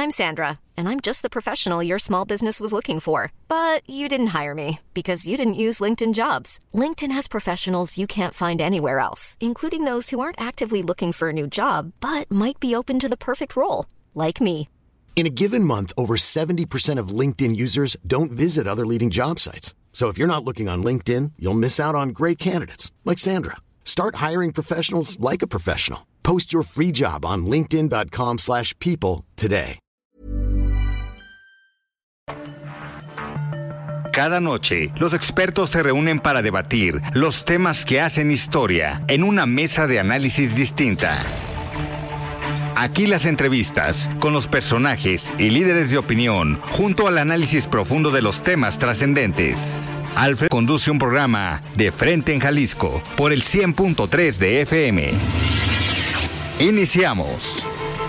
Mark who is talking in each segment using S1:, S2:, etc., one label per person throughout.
S1: I'm Sandra, and I'm just the professional your small business was looking for. But you didn't hire me because you didn't use LinkedIn Jobs. LinkedIn has professionals you can't find anywhere else, including those who aren't actively looking for a new job, but might be open to the perfect role, like me.
S2: In a given month, over 70% of LinkedIn users don't visit other leading job sites. So if you're not looking on LinkedIn, you'll miss out on great candidates like Sandra. Start hiring professionals like a professional. Post your free job on linkedin.com/people today.
S3: Cada noche, los expertos se reúnen para debatir los temas que hacen historia en una mesa de análisis distinta. Aquí las entrevistas con los personajes y líderes de opinión, junto al análisis profundo de los temas trascendentes. Alfredo conduce un programa de Frente en Jalisco por el 100.3 de FM. Iniciamos.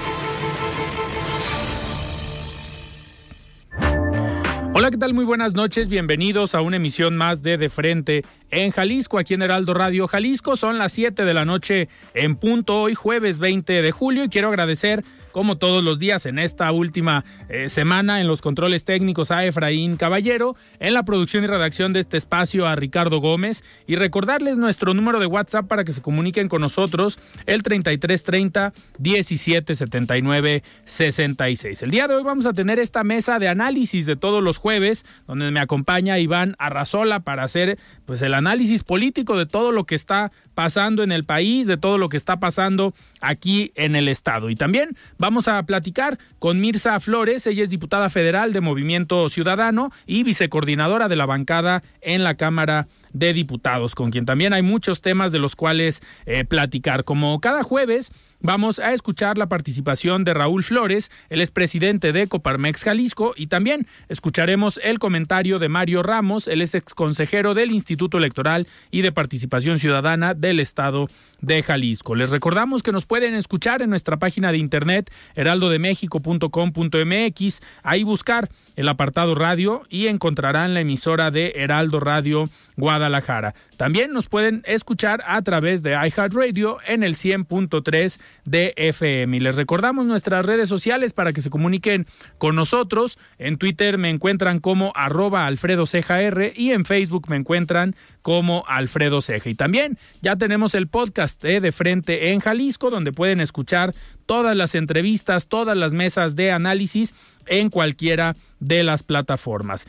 S4: Hola, ¿qué tal? Muy buenas noches, bienvenidos a una emisión más de Frente en Jalisco, aquí en Heraldo Radio Jalisco. Son las 7 de la noche en punto, hoy jueves 20 de julio, y quiero agradecer, como todos los días en esta última semana, en los controles técnicos a Efraín Caballero, en la producción y redacción de este espacio a Ricardo Gómez, y recordarles nuestro número de WhatsApp para que se comuniquen con nosotros, el 3330 1779 66. El día de hoy vamos a tener esta mesa de análisis de todos los jueves, donde me acompaña Iván Arrazola para hacer pues el análisis político de todo lo que está pasando en el país, de todo lo que está pasando aquí en el estado. Y también vamos a platicar con Mirza Flores. Ella es diputada federal de Movimiento Ciudadano y vicecoordinadora de la bancada en la Cámara de Diputados, con quien también hay muchos temas de los cuales platicar. Como cada jueves, vamos a escuchar la participación de Raúl Flores, el expresidente de Coparmex Jalisco, y también escucharemos el comentario de Mario Ramos, él es exconsejero del Instituto Electoral y de Participación Ciudadana del Estado de Jalisco. Les recordamos que nos pueden escuchar en nuestra página de internet heraldodemexico.com.mx, ahí buscar el apartado radio y encontrarán la emisora de Heraldo Radio Guadalajara. También nos pueden escuchar a través de iHeartRadio en el 100.3 de FM. Y les recordamos nuestras redes sociales para que se comuniquen con nosotros. En Twitter me encuentran como @AlfredoCejaR y en Facebook me encuentran como Alfredo Ceja. Y también ya tenemos el podcast de Frente en Jalisco, donde pueden escuchar todas las entrevistas, todas las mesas de análisis en cualquiera de las plataformas.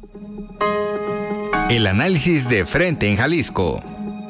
S3: El análisis de Frente en Jalisco.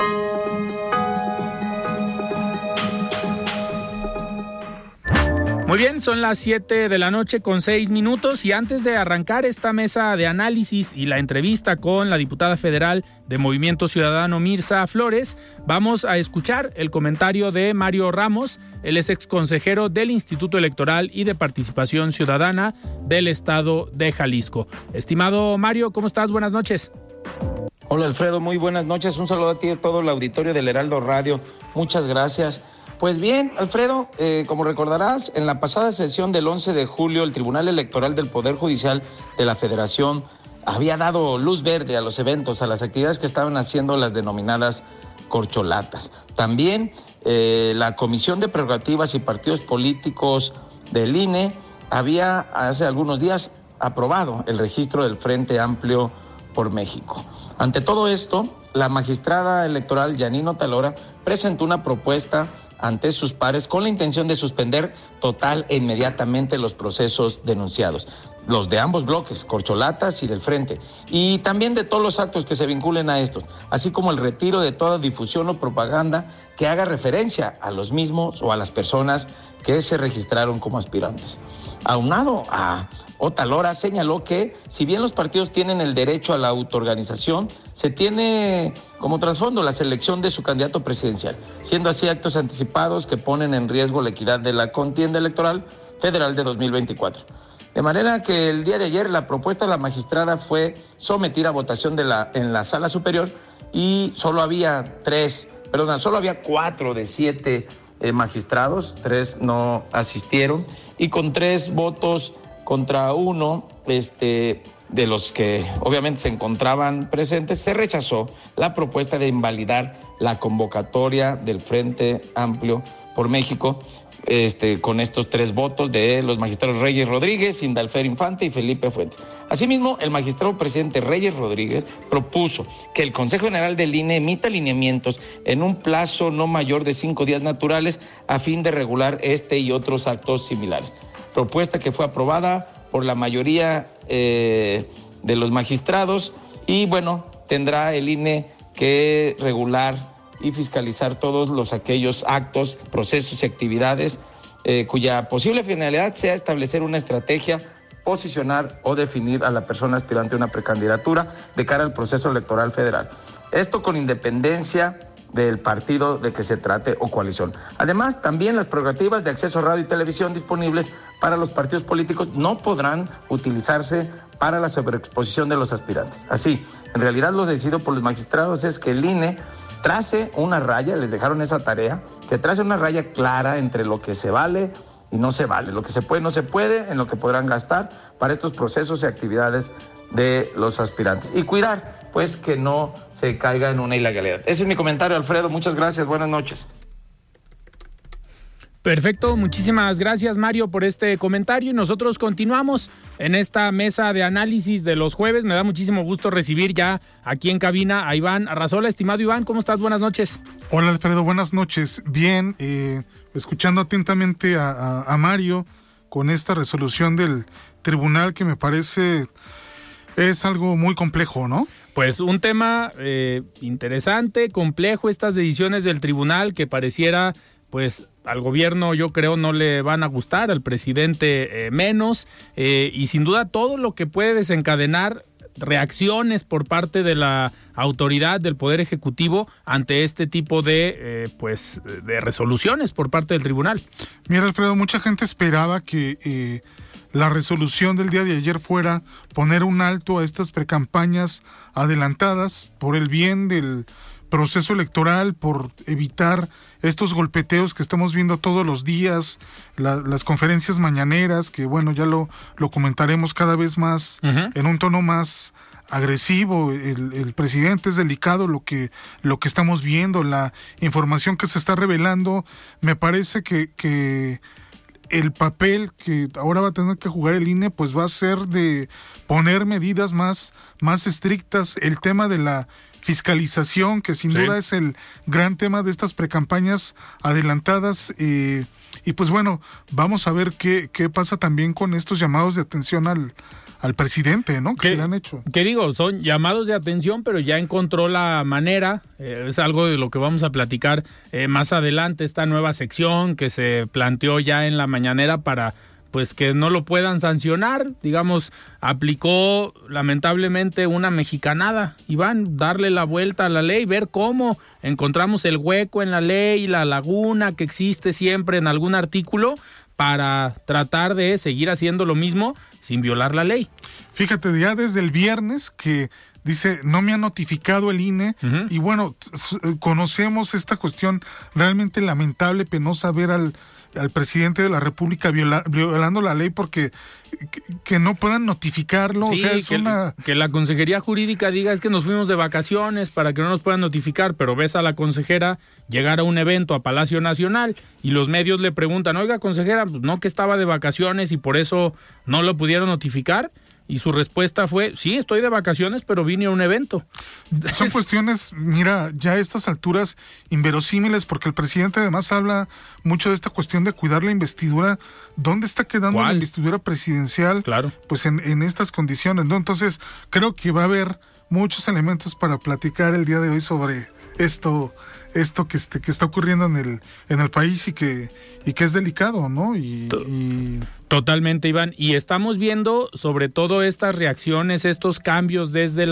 S4: Muy bien, son las 7 de la noche con 6 minutos, y antes de arrancar esta mesa de análisis y la entrevista con la diputada federal de Movimiento Ciudadano Mirza Flores, vamos a escuchar el comentario de Mario Ramos, él es exconsejero del Instituto Electoral y de Participación Ciudadana del Estado de Jalisco. Estimado Mario, ¿cómo estás? Buenas noches.
S5: Hola Alfredo, muy buenas noches, un saludo a ti y a todo el auditorio del Heraldo Radio, muchas gracias. Pues bien, Alfredo, como recordarás, en la pasada sesión del 11 de julio, el Tribunal Electoral del Poder Judicial de la Federación había dado luz verde a los eventos, a las actividades que estaban haciendo las denominadas corcholatas. También la Comisión de Prerrogativas y Partidos Políticos del INE había hace algunos días aprobado el registro del Frente Amplio por México. Ante todo esto, la magistrada electoral Yanino Talora presentó una propuesta ante sus pares con la intención de suspender total e inmediatamente los procesos denunciados, los de ambos bloques, corcholatas y del Frente, y también de todos los actos que se vinculen a estos, así como el retiro de toda difusión o propaganda que haga referencia a los mismos o a las personas que se registraron como aspirantes. Aunado a Otalora, señaló que si bien los partidos tienen el derecho a la autoorganización, se tiene como trasfondo la selección de su candidato presidencial, siendo así actos anticipados que ponen en riesgo la equidad de la contienda electoral federal de 2024. De manera que el día de ayer la propuesta de la magistrada fue sometida a votación en la sala superior, y solo había 4 de 7 magistrados, 3 no asistieron, y con 3 votos contra 1 de los que obviamente se encontraban presentes, se rechazó la propuesta de invalidar la convocatoria del Frente Amplio por México, con estos 3 votos de los magistrados Reyes Rodríguez, Indalfer Infante y Felipe Fuentes. Asimismo, el magistrado presidente Reyes Rodríguez propuso que el Consejo General del INE emita lineamientos en un plazo no mayor de 5 días naturales a fin de regular este y otros actos similares. Propuesta que fue aprobada por la mayoría de los magistrados y bueno, tendrá el INE que regular y fiscalizar todos aquellos actos, procesos y actividades cuya posible finalidad sea establecer una estrategia, posicionar o definir a la persona aspirante a una precandidatura de cara al proceso electoral federal. Esto con independencia del partido de que se trate o coalición. Además, también las prerrogativas de acceso a radio y televisión disponibles para los partidos políticos no podrán utilizarse para la sobreexposición de los aspirantes. Así, en realidad lo decidido por los magistrados es que el INE trace una raya, les dejaron esa tarea, que trace una raya clara entre lo que se vale y no se vale, lo que se puede y no se puede, en lo que podrán gastar para estos procesos y actividades de los aspirantes. Y cuidar, pues, que no se caiga en una ilegalidad. Ese es mi comentario, Alfredo. Muchas gracias. Buenas noches.
S4: Perfecto, muchísimas gracias, Mario, por este comentario, y nosotros continuamos en esta mesa de análisis de los jueves. Me da muchísimo gusto recibir ya aquí en cabina a Iván Arrazola. Estimado Iván, ¿cómo estás? Buenas noches.
S6: Hola, Alfredo, buenas noches. Bien, escuchando atentamente a Mario con esta resolución del tribunal que me parece es algo muy complejo, ¿no?
S4: Pues un tema interesante, complejo, estas decisiones del tribunal que pareciera, pues al gobierno yo creo no le van a gustar, al presidente menos, y sin duda todo lo que puede desencadenar reacciones por parte de la autoridad del Poder Ejecutivo ante este tipo de resoluciones por parte del tribunal.
S6: Mira, Alfredo, mucha gente esperaba que la resolución del día de ayer fuera poner un alto a estas precampañas adelantadas por el bien del proceso electoral, por evitar estos golpeteos que estamos viendo todos los días, las conferencias mañaneras, que bueno, ya lo comentaremos cada vez más en un tono más agresivo. El presidente, es delicado lo que estamos viendo, la información que se está revelando. Me parece que el papel que ahora va a tener que jugar el INE pues va a ser de poner medidas más estrictas, el tema de la fiscalización, que sin duda es el gran tema de estas precampañas adelantadas, y pues bueno, vamos a ver qué pasa también con estos llamados de atención al presidente, ¿no? Que se le han hecho.
S4: ¿Qué digo? Son llamados de atención, pero ya encontró la manera, es algo de lo que vamos a platicar más adelante, esta nueva sección que se planteó ya en la mañanera para pues que no lo puedan sancionar, digamos, aplicó lamentablemente una mexicanada, Iván, darle la vuelta a la ley, ver cómo encontramos el hueco en la ley, la laguna que existe siempre en algún artículo para tratar de seguir haciendo lo mismo sin violar la ley.
S6: Fíjate, ya desde el viernes que dice, no me ha notificado el INE, y bueno, conocemos esta cuestión realmente lamentable, penosa ver al presidente de la República violando la ley porque que no puedan notificarlo. Sí, o sea, es
S4: que la Consejería Jurídica diga es que nos fuimos de vacaciones para que no nos puedan notificar, pero ves a la consejera llegar a un evento a Palacio Nacional y los medios le preguntan, oiga, consejera, pues no, que estaba de vacaciones y por eso no lo pudieron notificar. Y su respuesta fue, sí, estoy de vacaciones, pero vine a un evento.
S6: Son cuestiones, mira, ya a estas alturas inverosímiles, porque el presidente además habla mucho de esta cuestión de cuidar la investidura. ¿Dónde está quedando la investidura presidencial? Claro. Pues en estas condiciones, ¿no? Entonces, creo que va a haber muchos elementos para platicar el día de hoy sobre esto que está ocurriendo en el país y que es delicado, ¿no?
S4: Totalmente, Iván. Y estamos viendo sobre todo estas reacciones, estos cambios desde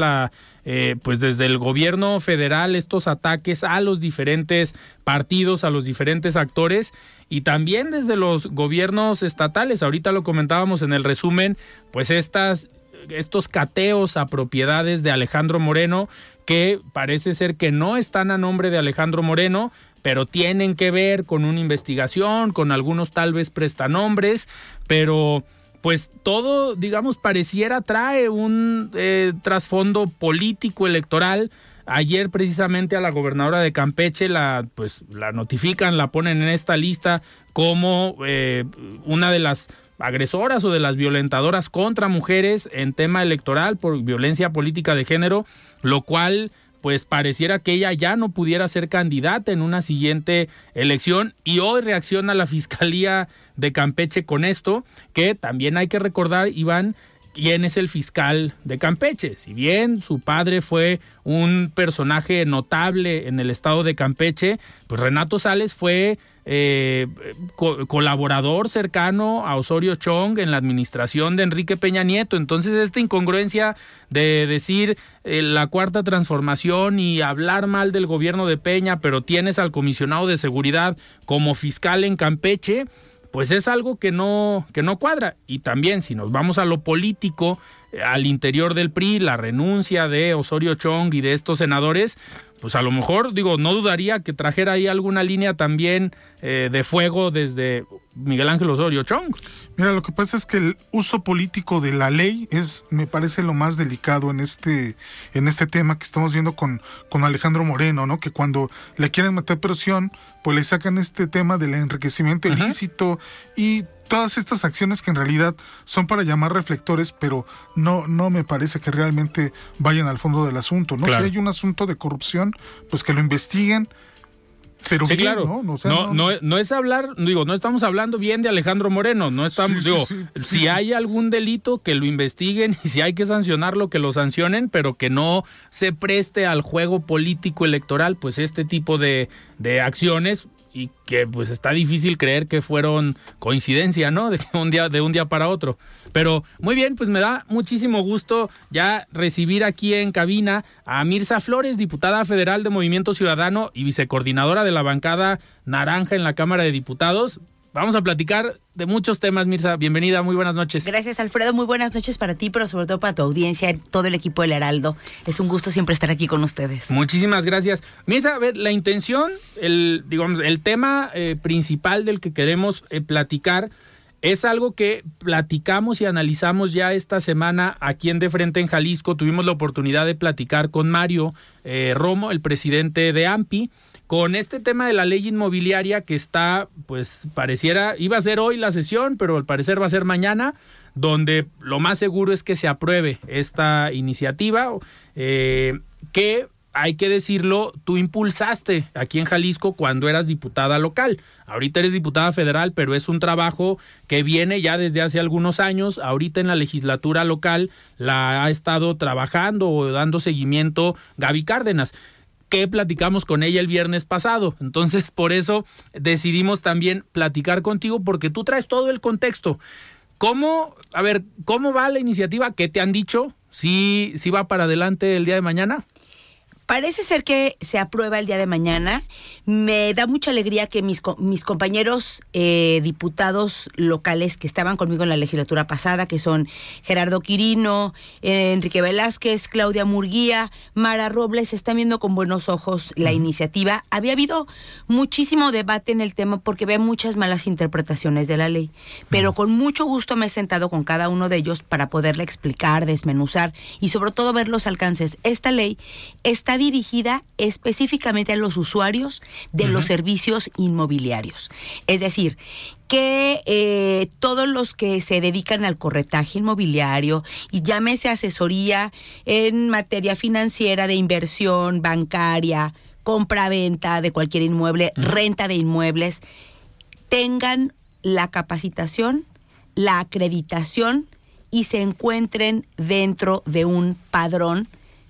S4: desde el gobierno federal, estos ataques a los diferentes partidos, a los diferentes actores, y también desde los gobiernos estatales. Ahorita lo comentábamos en el resumen, pues estos cateos a propiedades de Alejandro Moreno, que parece ser que no están a nombre de Alejandro Moreno, pero tienen que ver con una investigación, con algunos tal vez prestanombres, pero pues todo, digamos, pareciera trae un trasfondo político electoral. ayer precisamente a la gobernadora de Campeche la notifican, la ponen en esta lista como una de las agresoras o de las violentadoras contra mujeres en tema electoral por violencia política de género, lo cual pues pareciera que ella ya no pudiera ser candidata en una siguiente elección, y hoy reacciona la Fiscalía de Campeche con esto, que también hay que recordar, Iván, quién es el fiscal de Campeche. Si bien su padre fue un personaje notable en el estado de Campeche, pues Renato Sales fue colaborador cercano a Osorio Chong en la administración de Enrique Peña Nieto. Entonces esta incongruencia de decir la cuarta transformación y hablar mal del gobierno de Peña, pero tienes al comisionado de seguridad como fiscal en Campeche, pues es algo que no cuadra. Y también, si nos vamos a lo político, al interior del PRI, la renuncia de Osorio Chong y de estos senadores, pues a lo mejor, no dudaría que trajera ahí alguna línea también de fuego desde Miguel Ángel Osorio Chong.
S6: Mira, lo que pasa es que el uso político de la ley me parece lo más delicado en este tema que estamos viendo con Alejandro Moreno, ¿no? Que cuando le quieren meter presión, pues le sacan este tema del enriquecimiento ilícito y todas estas acciones que en realidad son para llamar reflectores, pero no me parece que realmente vayan al fondo del asunto, ¿no? Claro. Si hay un asunto de corrupción, pues que lo investiguen. Pero
S4: sí,
S6: bien,
S4: claro.
S6: ¿no? O sea,
S4: no es hablar, no estamos hablando bien de Alejandro Moreno, no estamos, si hay algún delito que lo investiguen y si hay que sancionarlo que lo sancionen, pero que no se preste al juego político electoral, pues este tipo de acciones, y que pues está difícil creer que fueron coincidencia, ¿no? De un día para otro. Pero muy bien, pues me da muchísimo gusto ya recibir aquí en cabina a Mirza Flores, diputada federal de Movimiento Ciudadano y vicecoordinadora de la bancada naranja en la Cámara de Diputados. Vamos a platicar de muchos temas, Mirza. Bienvenida, muy buenas noches.
S7: Gracias, Alfredo. Muy buenas noches para ti, pero sobre todo para tu audiencia, todo el equipo del Heraldo. Es un gusto siempre estar aquí con ustedes.
S4: Muchísimas gracias. Mirza, a ver, la intención, el tema principal del que queremos platicar es algo que platicamos y analizamos ya esta semana aquí en De Frente en Jalisco. Tuvimos la oportunidad de platicar con Mario Romo, el presidente de AMPI, con este tema de la ley inmobiliaria que está, pues pareciera, iba a ser hoy la sesión, pero al parecer va a ser mañana, donde lo más seguro es que se apruebe esta iniciativa que, hay que decirlo, tú impulsaste aquí en Jalisco cuando eras diputada local. Ahorita eres diputada federal, pero es un trabajo que viene ya desde hace algunos años. Ahorita en la legislatura local la ha estado trabajando o dando seguimiento Gaby Cárdenas, que platicamos con ella el viernes pasado. Entonces, por eso decidimos también platicar contigo, porque tú traes todo el contexto. ¿Cómo va la iniciativa? ¿Qué te han dicho? ¿Sí va para adelante el día de mañana?
S7: Parece ser que se aprueba el día de mañana. Me da mucha alegría que mis compañeros diputados locales que estaban conmigo en la legislatura pasada, que son Gerardo Quirino, Enrique Velázquez, Claudia Murguía, Mara Robles, están viendo con buenos ojos la iniciativa. Había habido muchísimo debate en el tema porque había muchas malas interpretaciones de la ley, pero con mucho gusto me he sentado con cada uno de ellos para poderle explicar, desmenuzar y sobre todo ver los alcances. Esta ley está dirigida específicamente a los usuarios de los servicios inmobiliarios. Es decir, que todos los que se dedican al corretaje inmobiliario, y llámese asesoría en materia financiera, de inversión, bancaria, compra-venta de cualquier inmueble, renta de inmuebles, tengan la capacitación, la acreditación y se encuentren dentro de un padrón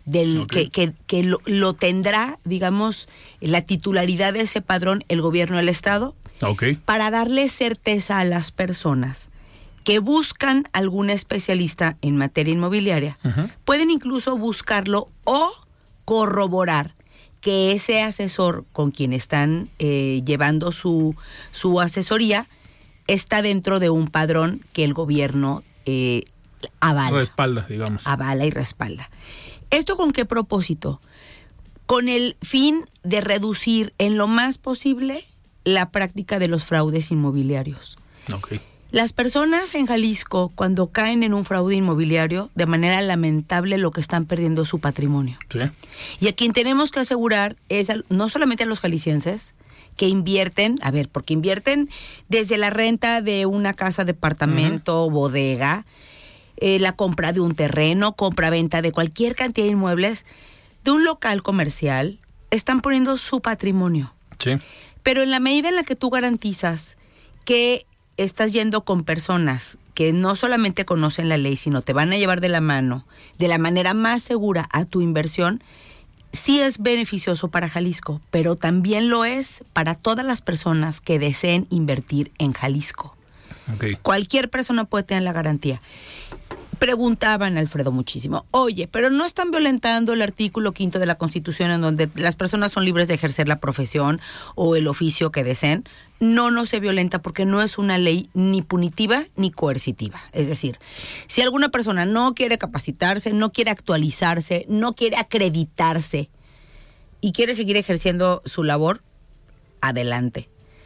S7: que lo tendrá, digamos, la titularidad de ese padrón el gobierno del Estado, para darle certeza a las personas que buscan algún especialista en materia inmobiliaria. Pueden incluso buscarlo o corroborar que ese asesor con quien están llevando su asesoría está dentro de un padrón que el gobierno avala.
S4: Respalda, digamos.
S7: Avala y respalda. ¿Esto con qué propósito? Con el fin de reducir en lo más posible la práctica de los fraudes inmobiliarios. Las personas en Jalisco, cuando caen en un fraude inmobiliario, de manera lamentable lo que están perdiendo es su patrimonio.
S4: Sí.
S7: Y a quien tenemos que asegurar es no solamente a los jaliscienses, que invierten, porque invierten desde la renta de una casa, departamento, bodega, la compra de un terreno, compra-venta de cualquier cantidad de inmuebles, de un local comercial, están poniendo su patrimonio.
S4: Sí.
S7: Pero en la medida en la que tú garantizas que estás yendo con personas que no solamente conocen la ley, sino te van a llevar de la mano, de la manera más segura a tu inversión, sí es beneficioso para Jalisco, pero también lo es para todas las personas que deseen invertir en Jalisco.
S4: Okay.
S7: Cualquier persona puede tener la garantía. Preguntaban, Alfredo, muchísimo, oye, pero ¿no están violentando el artículo 5 de la Constitución en donde las personas son libres de ejercer la profesión o el oficio que deseen? No se violenta porque no es una ley ni punitiva ni coercitiva. Es decir, si alguna persona no quiere capacitarse, no quiere actualizarse, no quiere acreditarse y quiere seguir ejerciendo su labor, adelante.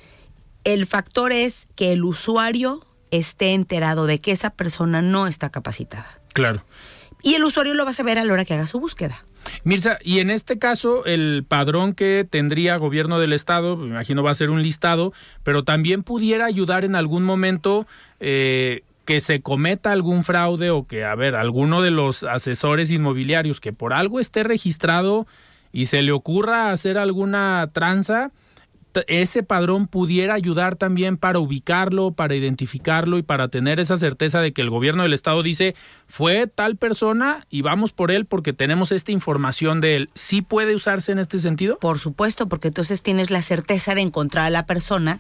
S7: El factor es que el usuario esté enterado de que esa persona no está capacitada.
S4: Claro.
S7: Y el usuario lo va a saber a la hora que haga su búsqueda.
S4: Mirza, y en este caso, el padrón que tendría gobierno del estado, me imagino va a ser un listado, pero también pudiera ayudar en algún momento que se cometa algún fraude o que, alguno de los asesores inmobiliarios que por algo esté registrado y se le ocurra hacer alguna tranza, ese padrón pudiera ayudar también para ubicarlo, para identificarlo y para tener esa certeza de que el gobierno del estado dice, fue tal persona y vamos por él porque tenemos esta información de él. ¿Sí puede usarse en este sentido?
S7: Por supuesto, porque entonces tienes la certeza de encontrar a la persona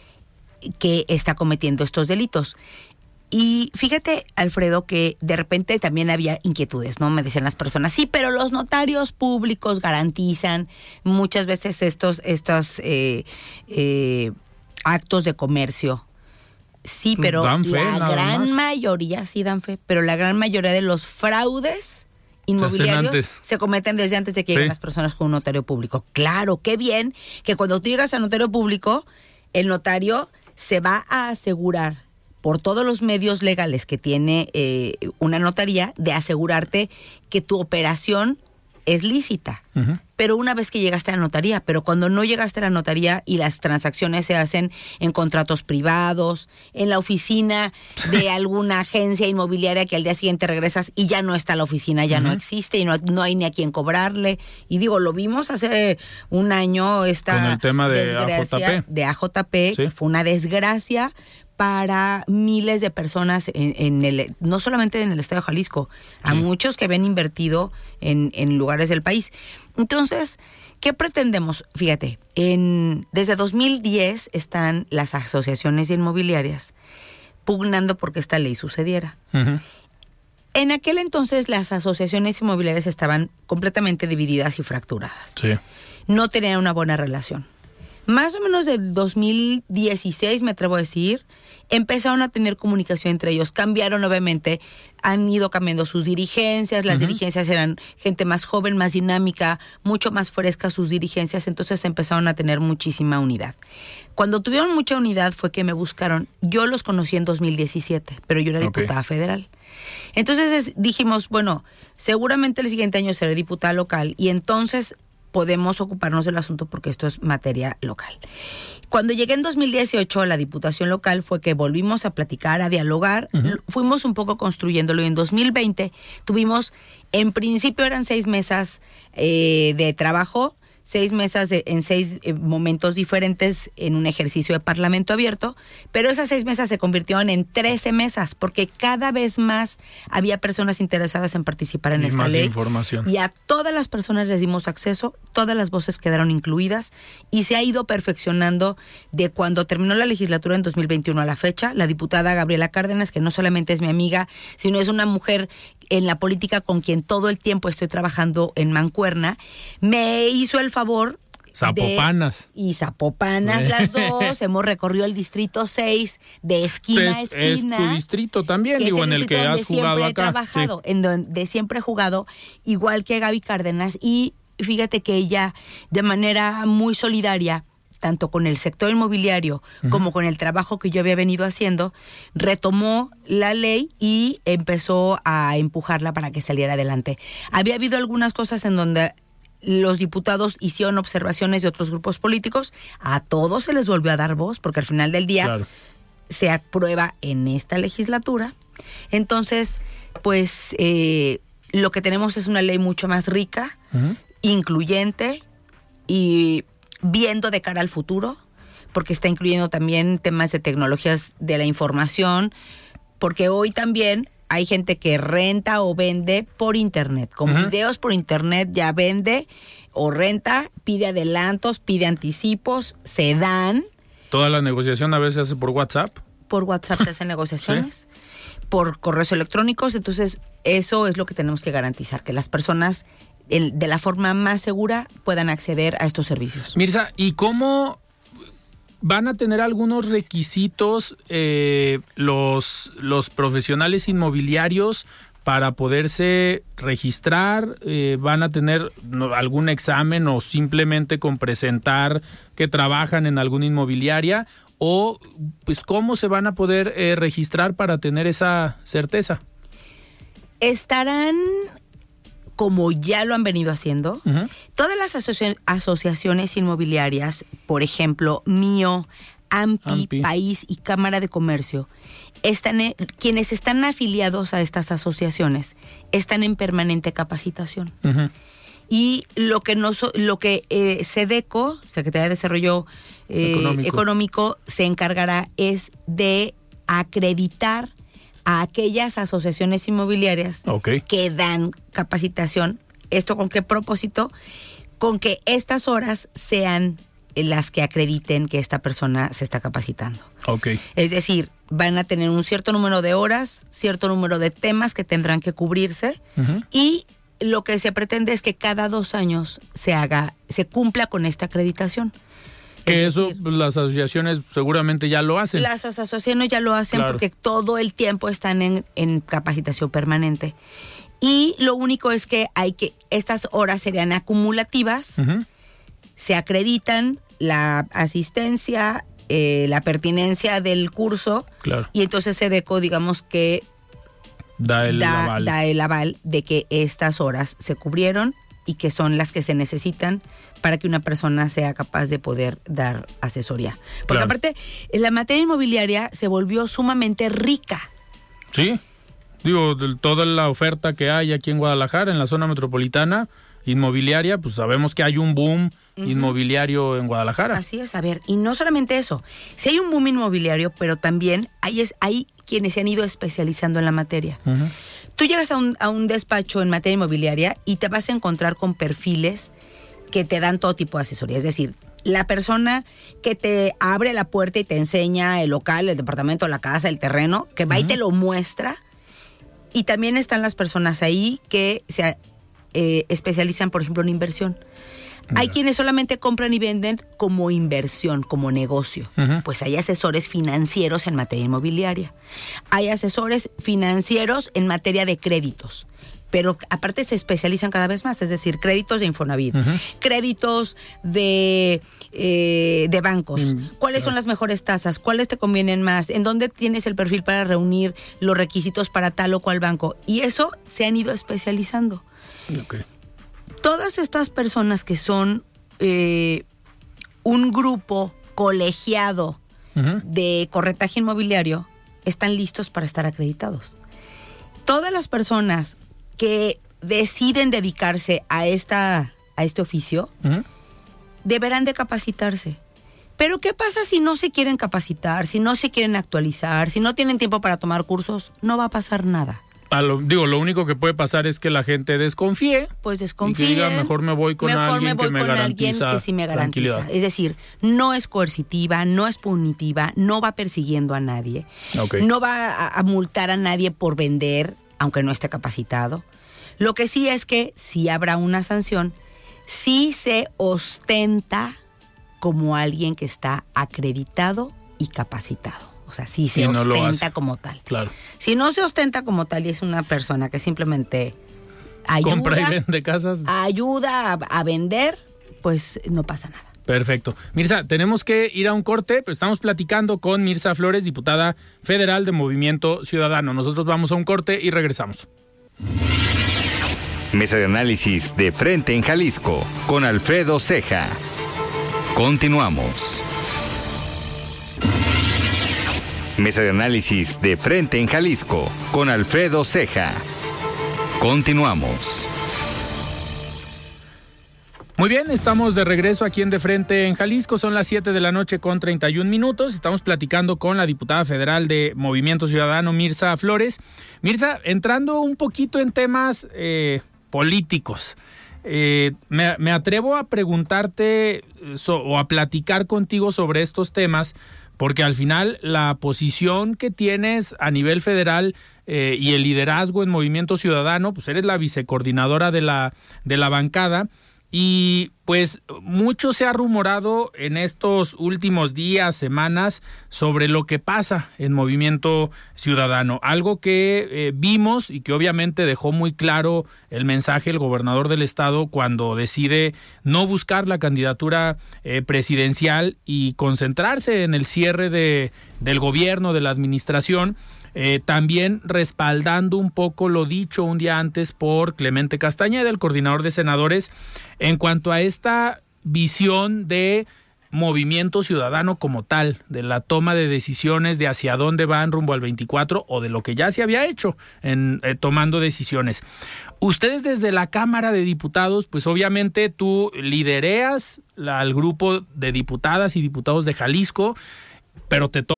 S7: que está cometiendo estos delitos. Y fíjate, Alfredo, que de repente también había inquietudes, ¿no? Me decían las personas, sí, pero los notarios públicos garantizan muchas veces estos actos de comercio. Sí, pero
S4: dan fe,
S7: la gran mayoría, sí dan fe, pero la gran mayoría de los fraudes inmobiliarios se cometen desde antes de que lleguen las personas con un notario público. Claro, qué bien que cuando tú llegas al notario público, el notario se va a asegurar por todos los medios legales que tiene una notaría, de asegurarte que tu operación es lícita. Uh-huh. Pero una vez que llegaste a la notaría, pero cuando no llegaste a la notaría y las transacciones se hacen en contratos privados, en la oficina de alguna agencia inmobiliaria que al día siguiente regresas y ya no está la oficina, ya no existe y no hay ni a quién cobrarle. Y digo, lo vimos hace un año con
S4: el tema de
S7: desgracia
S4: AJP.
S7: De AJP, que fue una desgracia para miles de personas no solamente en el estado de Jalisco, a muchos que habían invertido en lugares del país. Entonces, ¿qué pretendemos? Fíjate, desde 2010 están las asociaciones inmobiliarias pugnando porque esta ley sucediera. Uh-huh. En aquel entonces las asociaciones inmobiliarias estaban completamente divididas y fracturadas. Sí. No tenían una buena relación. Más o menos del 2016, me atrevo a decir, empezaron a tener comunicación entre ellos. Cambiaron, obviamente, han ido cambiando sus dirigencias. Las dirigencias eran gente más joven, más dinámica, mucho más fresca sus dirigencias. Entonces empezaron a tener muchísima unidad. Cuando tuvieron mucha unidad fue que me buscaron. Yo los conocí en 2017, pero yo era diputada federal. Entonces dijimos, bueno, seguramente el siguiente año seré diputada local y entonces podemos ocuparnos del asunto porque esto es materia local. Cuando llegué en 2018 a la Diputación Local fue que volvimos a platicar, a dialogar, fuimos un poco construyéndolo y en 2020 tuvimos, en principio eran 6 mesas de trabajo, 6 mesas en 6 momentos diferentes en un ejercicio de parlamento abierto, pero esas 6 mesas se convirtieron en 13 mesas porque cada vez más había personas interesadas en participar en esta ley. Información. Y a todas las personas les dimos acceso, todas las voces quedaron incluidas y se ha ido perfeccionando de cuando terminó la legislatura en 2021 a la fecha. La diputada Gabriela Cárdenas, que no solamente es mi amiga, sino es una mujer en la política con quien todo el tiempo estoy trabajando en mancuerna, me hizo el favor.
S4: Zapopanas.
S7: Y Zapopanas las dos, hemos recorrido el distrito 6 de esquina a esquina.
S4: Es tu distrito también, digo, en el que has jugado acá.
S7: He trabajado, en donde siempre he jugado, igual que Gaby Cárdenas, y fíjate que ella, de manera muy solidaria, tanto con el sector inmobiliario como con el trabajo que yo había venido haciendo, retomó la ley y empezó a empujarla para que saliera adelante. Había habido algunas cosas en donde los diputados hicieron observaciones de otros grupos políticos, a todos se les volvió a dar voz, porque al final del día se aprueba en esta legislatura. Entonces, pues lo que tenemos es una ley mucho más rica, incluyente y viendo de cara al futuro, porque está incluyendo también temas de tecnologías de la información, porque hoy también hay gente que renta o vende por internet, con videos por internet ya vende o renta, pide adelantos, pide anticipos, se dan.
S4: Toda la negociación a veces se hace por WhatsApp.
S7: Por WhatsApp se hacen negociaciones, por correos electrónicos, entonces eso es lo que tenemos que garantizar, que las personas de la forma más segura puedan acceder a estos servicios.
S4: Mirza, ¿y cómo van a tener algunos requisitos los profesionales inmobiliarios para poderse registrar? ¿Van a tener algún examen o simplemente con presentar que trabajan en alguna inmobiliaria? ¿O pues cómo se van a poder registrar para tener esa certeza?
S7: Estarán, como ya lo han venido haciendo, todas las asociaciones inmobiliarias, por ejemplo, MIO, AMPI, País y Cámara de Comercio, quienes están afiliados a estas asociaciones están en permanente capacitación. Y lo que SEDECO, Secretaría de Desarrollo Económico, se encargará es de acreditar a aquellas asociaciones inmobiliarias que dan capacitación. ¿Esto con qué propósito? Con que estas horas sean las que acrediten que esta persona se está capacitando. Es decir, van a tener un cierto número de horas, cierto número de temas que tendrán que cubrirse y lo que se pretende es que cada 2 años se cumpla con esta acreditación.
S4: Que eso las asociaciones seguramente ya lo hacen.
S7: Las asociaciones ya lo hacen porque todo el tiempo están en capacitación permanente. Y lo único es que estas horas serían acumulativas, se acreditan la asistencia, la pertinencia del curso, y entonces SEDECO, digamos que da el aval de que estas horas se cubrieron y que son las que se necesitan para que una persona sea capaz de poder dar asesoría. Porque aparte, la materia inmobiliaria se volvió sumamente rica.
S4: Sí, digo, toda la oferta que hay aquí en Guadalajara, en la zona metropolitana, inmobiliaria, pues sabemos que hay un boom inmobiliario en Guadalajara.
S7: Así es, a ver, y no solamente eso, sí hay un boom inmobiliario, pero también hay quienes se han ido especializando en la materia. Tú llegas a un despacho en materia inmobiliaria y te vas a encontrar con perfiles que te dan todo tipo de asesoría. Es decir, la persona que te abre la puerta y te enseña el local, el departamento, la casa, el terreno, que va y te lo muestra. Y también están las personas ahí que se especializan, por ejemplo, en inversión. Hay quienes solamente compran y venden como inversión, como negocio. Pues hay asesores financieros en materia inmobiliaria. Hay asesores financieros en materia de créditos. Pero aparte se especializan cada vez más, es decir, créditos de Infonavit, créditos de bancos. ¿Cuáles son las mejores tasas? ¿Cuáles te convienen más? ¿En dónde tienes el perfil para reunir los requisitos para tal o cual banco? Y eso se han ido especializando. Todas estas personas que son un grupo colegiado de corretaje inmobiliario están listos para estar acreditados. Todas las personas que deciden dedicarse a este oficio deberán de capacitarse. Pero ¿qué pasa si no se quieren capacitar, si no se quieren actualizar, si no tienen tiempo para tomar cursos? No va a pasar nada.
S4: Lo único que puede pasar es que la gente desconfíe.
S7: Pues desconfíe.
S4: Y que diga, mejor me voy con alguien que me garantiza tranquilidad.
S7: Es decir, no es coercitiva, no es punitiva, no va persiguiendo a nadie. No va a multar a nadie por vender, aunque no esté capacitado. Lo que sí es que sí habrá una sanción si se ostenta como alguien que está acreditado y capacitado. O sea, si se ostenta como tal. Si no se ostenta como tal y es una persona que simplemente ayuda,
S4: compra y vende casas,
S7: ayuda a vender, pues no pasa nada.
S4: Perfecto. Mirza, tenemos que ir a un corte, pero estamos platicando con Mirza Flores, diputada federal de Movimiento Ciudadano. Nosotros vamos a un corte y regresamos.
S3: Mesa de análisis de frente en Jalisco con Alfredo Ceja. Continuamos. Mesa de análisis de frente en Jalisco con Alfredo Ceja. Continuamos.
S4: Muy bien, estamos de regreso aquí en De Frente en Jalisco. Son las 7 de la noche con 31 minutos. Estamos platicando con la diputada federal de Movimiento Ciudadano, Mirza Flores. Mirza, entrando un poquito en temas políticos, me atrevo a preguntarte o a platicar contigo sobre estos temas, porque al final la posición que tienes a nivel federal y el liderazgo en Movimiento Ciudadano, pues eres la vicecoordinadora de la bancada. Y pues mucho se ha rumorado en estos últimos días, semanas, sobre lo que pasa en Movimiento Ciudadano. Algo que vimos y que obviamente dejó muy claro el mensaje el gobernador del estado cuando decide no buscar la candidatura presidencial y concentrarse en el cierre del gobierno, de la administración. También respaldando un poco lo dicho un día antes por Clemente Castañeda, el coordinador de senadores, en cuanto a esta visión de Movimiento Ciudadano como tal, de la toma de decisiones de hacia dónde van rumbo al 24 o de lo que ya se había hecho en tomando decisiones. Ustedes desde la Cámara de Diputados, pues obviamente tú lidereas al grupo de diputadas y diputados de Jalisco, pero te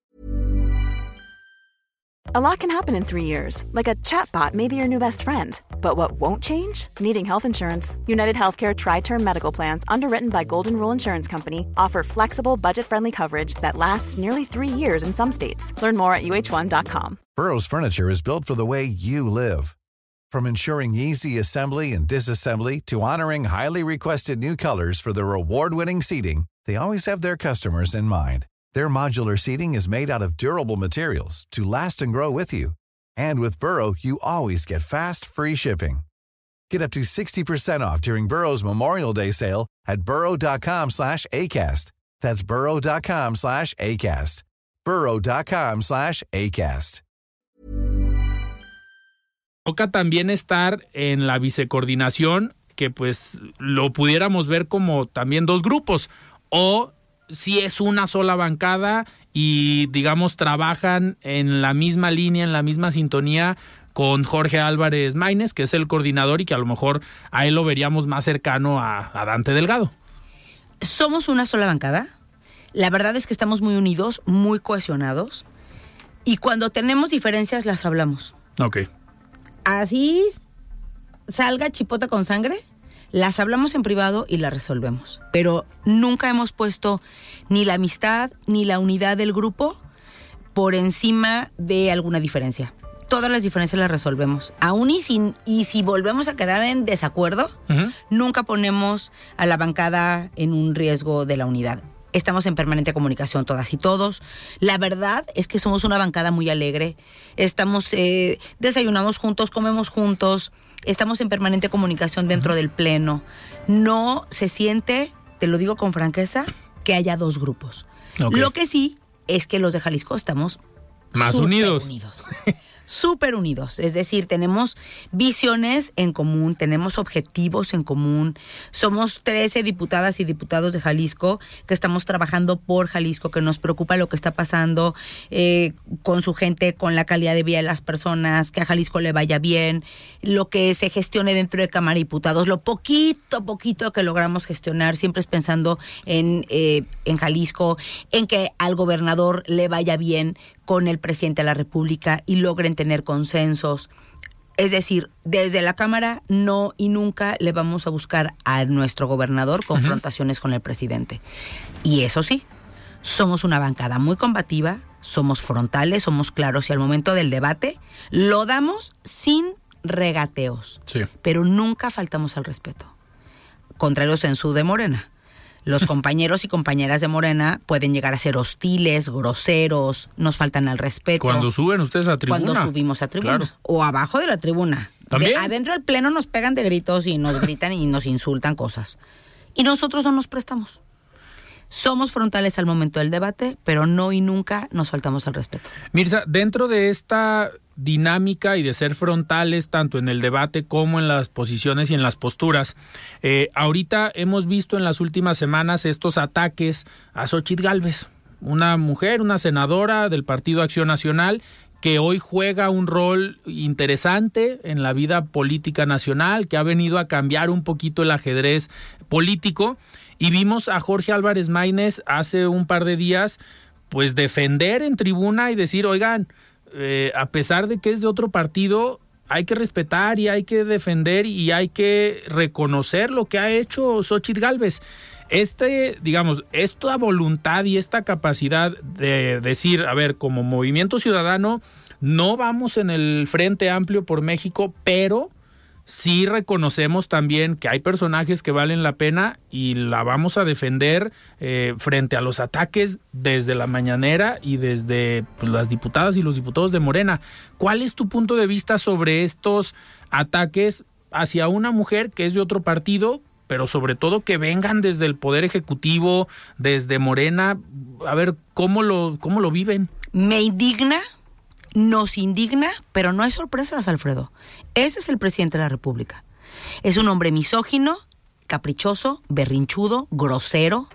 S8: A lot can happen in 3 years, like a chatbot may be your new best friend. But what won't change? Needing health insurance. United Healthcare Tri-Term Medical Plans, underwritten by Golden Rule Insurance Company, offer flexible, budget-friendly coverage that lasts nearly 3 years in some states. Learn more at uh1.com.
S9: Burrow's furniture is built for the way you live. From ensuring easy assembly and disassembly to honoring highly requested new colors for their award-winning seating, they always have their customers in mind. Their modular seating is made out of durable materials to last and grow with you. And with Burrow, you always get fast, free shipping. Get up to 60% off during Burrow's Memorial Day sale at burrow.com/ACAST. That's burrow.com/ACAST. burrow.com/ACAST.
S4: Toca también estar en la vicecoordinación, que pues lo pudiéramos ver como también dos grupos, o si es una sola bancada y digamos trabajan en la misma línea, en la misma sintonía con Jorge Álvarez Maínez, que es el coordinador y que a lo mejor a él lo veríamos más cercano a Dante Delgado.
S7: Somos una sola bancada. La verdad es que estamos muy unidos, muy cohesionados, y cuando tenemos diferencias las hablamos.
S4: Ok.
S7: Así salga chipota con sangre, las hablamos en privado y las resolvemos. Pero nunca hemos puesto ni la amistad ni la unidad del grupo por encima de alguna diferencia. Todas las diferencias las resolvemos. Aún y si volvemos a quedar en desacuerdo, nunca ponemos a la bancada en un riesgo de la unidad. Estamos en permanente comunicación todas y todos. La verdad es que somos una bancada muy alegre. Desayunamos juntos, comemos juntos. Estamos en permanente comunicación dentro del pleno. No se siente, te lo digo con franqueza, que haya dos grupos. Okay. Lo que sí es que los de Jalisco estamos
S4: más unidos.
S7: Súper unidos, es decir, tenemos visiones en común, tenemos objetivos en común. Somos 13 diputadas y diputados de Jalisco que estamos trabajando por Jalisco, que nos preocupa lo que está pasando con su gente, con la calidad de vida de las personas, que a Jalisco le vaya bien, lo que se gestione dentro de Cámara de Diputados, lo poquito que logramos gestionar, siempre es pensando en Jalisco, en que al gobernador le vaya bien con el presidente de la República y logren tener consensos. Es decir, desde la Cámara no y nunca le vamos a buscar a nuestro gobernador confrontaciones con el presidente. Y eso sí, somos una bancada muy combativa, somos frontales, somos claros y al momento del debate lo damos sin regateos. Sí. Pero nunca faltamos al respeto. Contrarios en su de Morena. Los compañeros y compañeras de Morena pueden llegar a ser hostiles, groseros, nos faltan al respeto.
S4: Cuando suben ustedes a tribuna.
S7: Cuando subimos a tribuna. Claro. O abajo de la tribuna.
S4: ¿También?
S7: Adentro del pleno nos pegan de gritos y nos gritan y nos insultan cosas. Y nosotros no nos prestamos. Somos frontales al momento del debate, pero no y nunca nos faltamos al respeto.
S4: Mirza, dentro de esta dinámica y de ser frontales tanto en el debate como en las posiciones y en las posturas, ahorita hemos visto en las últimas semanas estos ataques a Xóchitl Gálvez, una mujer, una senadora del Partido Acción Nacional, que hoy juega un rol interesante en la vida política nacional, que ha venido a cambiar un poquito el ajedrez político. Y vimos a Jorge Álvarez Maínez hace un par de días, pues defender en tribuna y decir, oigan, a pesar de que es de otro partido, hay que respetar y hay que defender y hay que reconocer lo que ha hecho Xóchitl Gálvez. Digamos, esta voluntad y esta capacidad de decir, a ver, como Movimiento Ciudadano, no vamos en el Frente Amplio por México, pero sí reconocemos también que hay personajes que valen la pena y la vamos a defender frente a los ataques desde la mañanera y desde las diputadas y los diputados de Morena. ¿Cuál es tu punto de vista sobre estos ataques hacia una mujer que es de otro partido, pero sobre todo que vengan desde el Poder Ejecutivo, desde Morena? A ver, ¿cómo lo viven?
S7: Me indigna. Nos indigna, pero no hay sorpresas, Alfredo. Ese es el presidente de la República. Es un hombre misógino, caprichoso, berrinchudo, grosero,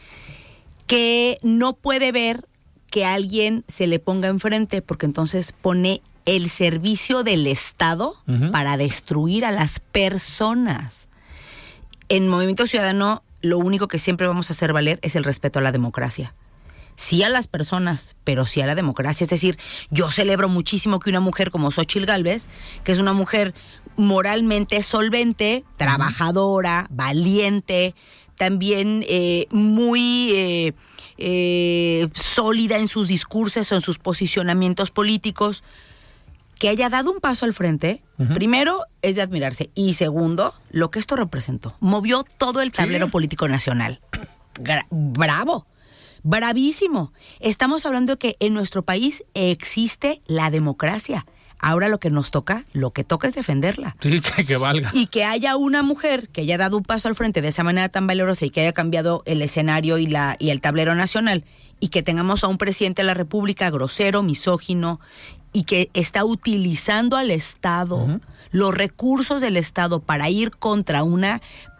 S7: que no puede ver que alguien se le ponga enfrente, porque entonces pone el servicio del Estado para destruir a las personas. En Movimiento Ciudadano, lo único que siempre vamos a hacer valer es el respeto a la democracia. Sí a las personas, pero sí a la democracia. Es decir, yo celebro muchísimo que una mujer como Xóchitl Gálvez, que es una mujer moralmente solvente, trabajadora, valiente, también muy sólida en sus discursos o en sus posicionamientos políticos, que haya dado un paso al frente, primero es de admirarse. Y segundo, lo que esto representó. Movió todo el tablero político nacional. ¡Bravo! Bravísimo. Estamos hablando de que en nuestro país existe la democracia. Ahora lo que toca es defenderla.
S4: Sí, que valga.
S7: Y que haya una mujer que haya dado un paso al frente de esa manera tan valerosa y que haya cambiado el escenario y el tablero nacional, y que tengamos a un presidente de la República grosero, misógino, y que está utilizando al Estado, los recursos del Estado para ir contra una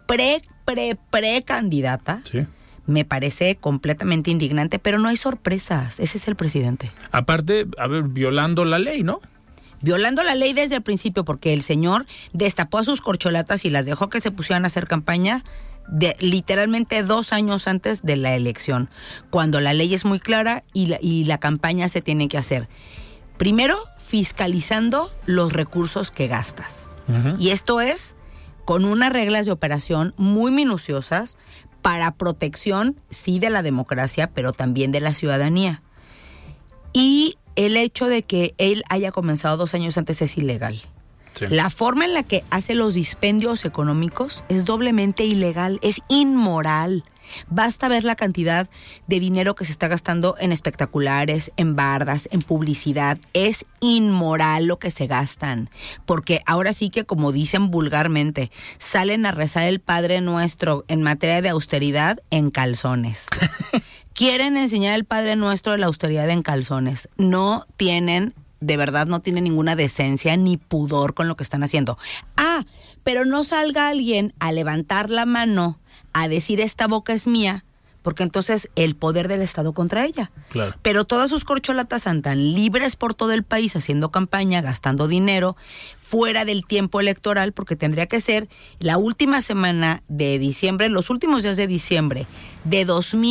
S7: precandidata. Sí. Me parece completamente indignante, pero no hay sorpresas. Ese es el presidente.
S4: Aparte, violando la ley, ¿no?
S7: Violando la ley desde el principio, porque el señor destapó a sus corcholatas y las dejó que se pusieran a hacer campaña literalmente 2 años antes de la elección, cuando la ley es muy clara y la campaña se tiene que hacer. Primero, fiscalizando los recursos que gastas. Y esto es con unas reglas de operación muy minuciosas, para protección, sí, de la democracia, pero también de la ciudadanía. Y el hecho de que él haya comenzado 2 años antes es ilegal. Sí. La forma en la que hace los dispendios económicos es doblemente ilegal, es inmoral. Basta ver la cantidad de dinero que se está gastando en espectaculares, en bardas, en publicidad. Es inmoral lo que se gastan, porque ahora sí que, como dicen vulgarmente, salen a rezar el Padre Nuestro en materia de austeridad en calzones. Quieren enseñar el Padre Nuestro de la austeridad en calzones. No tienen, de verdad, no tienen ninguna decencia ni pudor con lo que están haciendo. Pero no salga alguien a levantar la mano a decir esta boca es mía, porque entonces el poder del Estado contra ella. Claro. Pero todas sus corcholatas andan libres por todo el país haciendo campaña, gastando dinero, fuera del tiempo electoral, porque tendría que ser la última semana de diciembre, los últimos días de diciembre de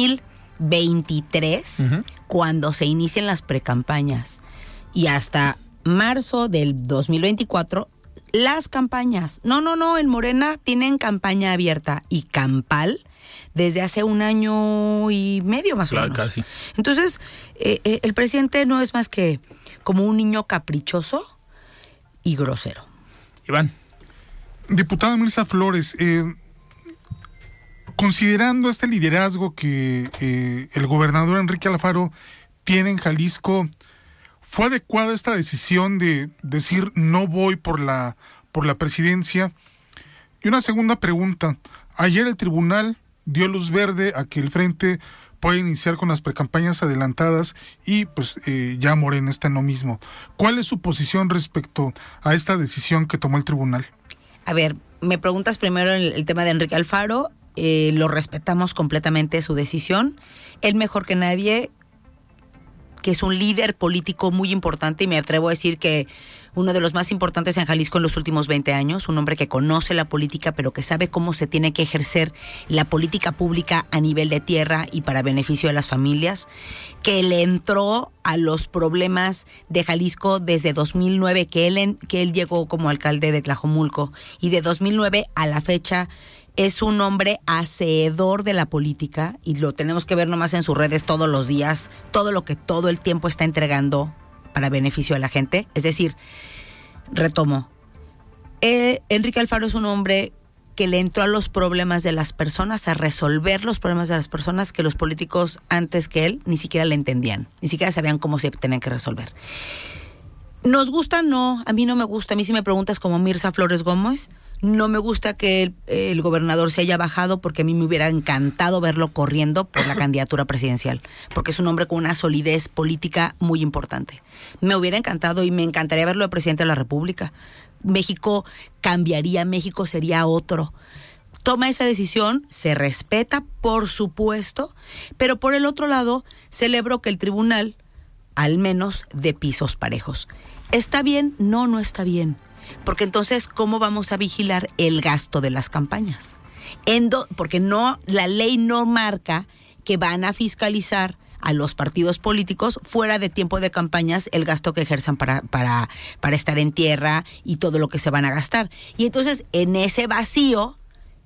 S7: 2023, cuando se inicien las precampañas, y hasta marzo del 2024, las campañas. No, en Morena tienen campaña abierta y campal desde hace 1 año y medio más o menos. Casi. Entonces, el presidente no es más que como un niño caprichoso y grosero.
S4: Iván.
S6: Diputada Mirza Flores, considerando este liderazgo que el gobernador Enrique Alfaro tiene en Jalisco, ¿fue adecuada esta decisión de decir no voy por la presidencia? Y una segunda pregunta. Ayer el tribunal dio luz verde a que el Frente puede iniciar con las precampañas adelantadas y pues ya Morena está en lo mismo. ¿Cuál es su posición respecto a esta decisión que tomó el tribunal?
S7: A ver, me preguntas primero el tema de Enrique Alfaro. Lo respetamos completamente su decisión. Él mejor que nadie, que es un líder político muy importante, y me atrevo a decir que uno de los más importantes en Jalisco en los últimos 20 años, un hombre que conoce la política, pero que sabe cómo se tiene que ejercer la política pública a nivel de tierra y para beneficio de las familias, que le entró a los problemas de Jalisco desde 2009, que él llegó como alcalde de Tlajomulco, y de 2009 a la fecha es un hombre hacedor de la política, y lo tenemos que ver nomás en sus redes todos los días, todo lo que todo el tiempo está entregando para beneficio de la gente. Es decir, retomo, Enrique Alfaro es un hombre que le entró a los problemas de las personas, a resolver los problemas de las personas que los políticos antes que él ni siquiera le entendían, ni siquiera sabían cómo se tenían que resolver. ¿Nos gusta? No, a mí no me gusta. A mí, si me preguntas, como Mirza Flores Gómez, no me gusta que el gobernador se haya bajado, porque a mí me hubiera encantado verlo corriendo por la candidatura presidencial, porque es un hombre con una solidez política muy importante. Me hubiera encantado, y me encantaría verlo de presidente de la República. México cambiaría, México sería otro. Toma esa decisión, se respeta, por supuesto, pero por el otro lado, celebro que el tribunal, al menos, dé pisos parejos. ¿Está bien? No, no está bien. Porque entonces, ¿cómo vamos a vigilar el gasto de las campañas? Porque no, la ley no marca que van a fiscalizar a los partidos políticos fuera de tiempo de campañas el gasto que ejerzan para estar en tierra y todo lo que se van a gastar. Y entonces, en ese vacío,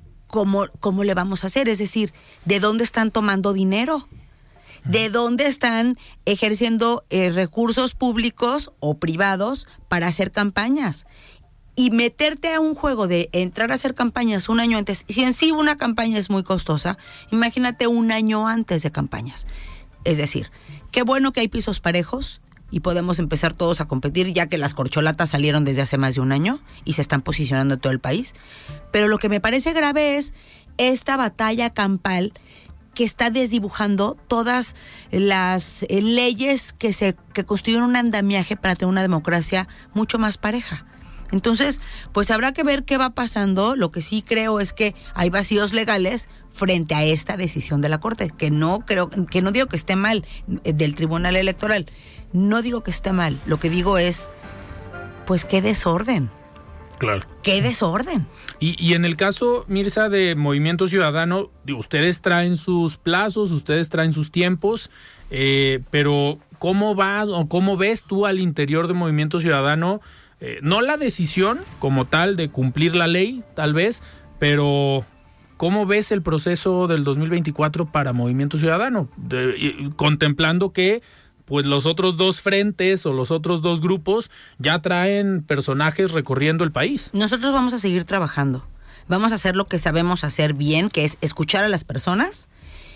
S7: ¿cómo le vamos a hacer? Es decir, ¿de dónde están tomando dinero? ¿De dónde están ejerciendo recursos públicos o privados para hacer campañas? Y meterte a un juego de entrar a hacer campañas un año antes. Si en sí una campaña es muy costosa, imagínate un año antes de campañas. Es decir, qué bueno que hay pisos parejos y podemos empezar todos a competir, ya que las corcholatas salieron desde hace más de un año y se están posicionando en todo el país. Pero lo que me parece grave es esta batalla campal que está desdibujando todas las leyes que construyen un andamiaje para tener una democracia mucho más pareja. Entonces, pues habrá que ver qué va pasando. Lo que sí creo es que hay vacíos legales frente a esta decisión de la Corte, que no digo que esté mal, del Tribunal Electoral. No digo que esté mal. Lo que digo es, pues, qué desorden.
S4: Claro.
S7: ¡Qué desorden!
S4: Y en el caso, Mirza, de Movimiento Ciudadano, ustedes traen sus plazos, ustedes traen sus tiempos, pero ¿cómo va o cómo ves tú al interior de Movimiento Ciudadano? No la decisión como tal de cumplir la ley, tal vez, pero ¿cómo ves el proceso del 2024 para Movimiento Ciudadano? Contemplando que pues los otros dos frentes o los otros dos grupos ya traen personajes recorriendo el país.
S7: Nosotros vamos a seguir trabajando. Vamos a hacer lo que sabemos hacer bien, que es escuchar a las personas,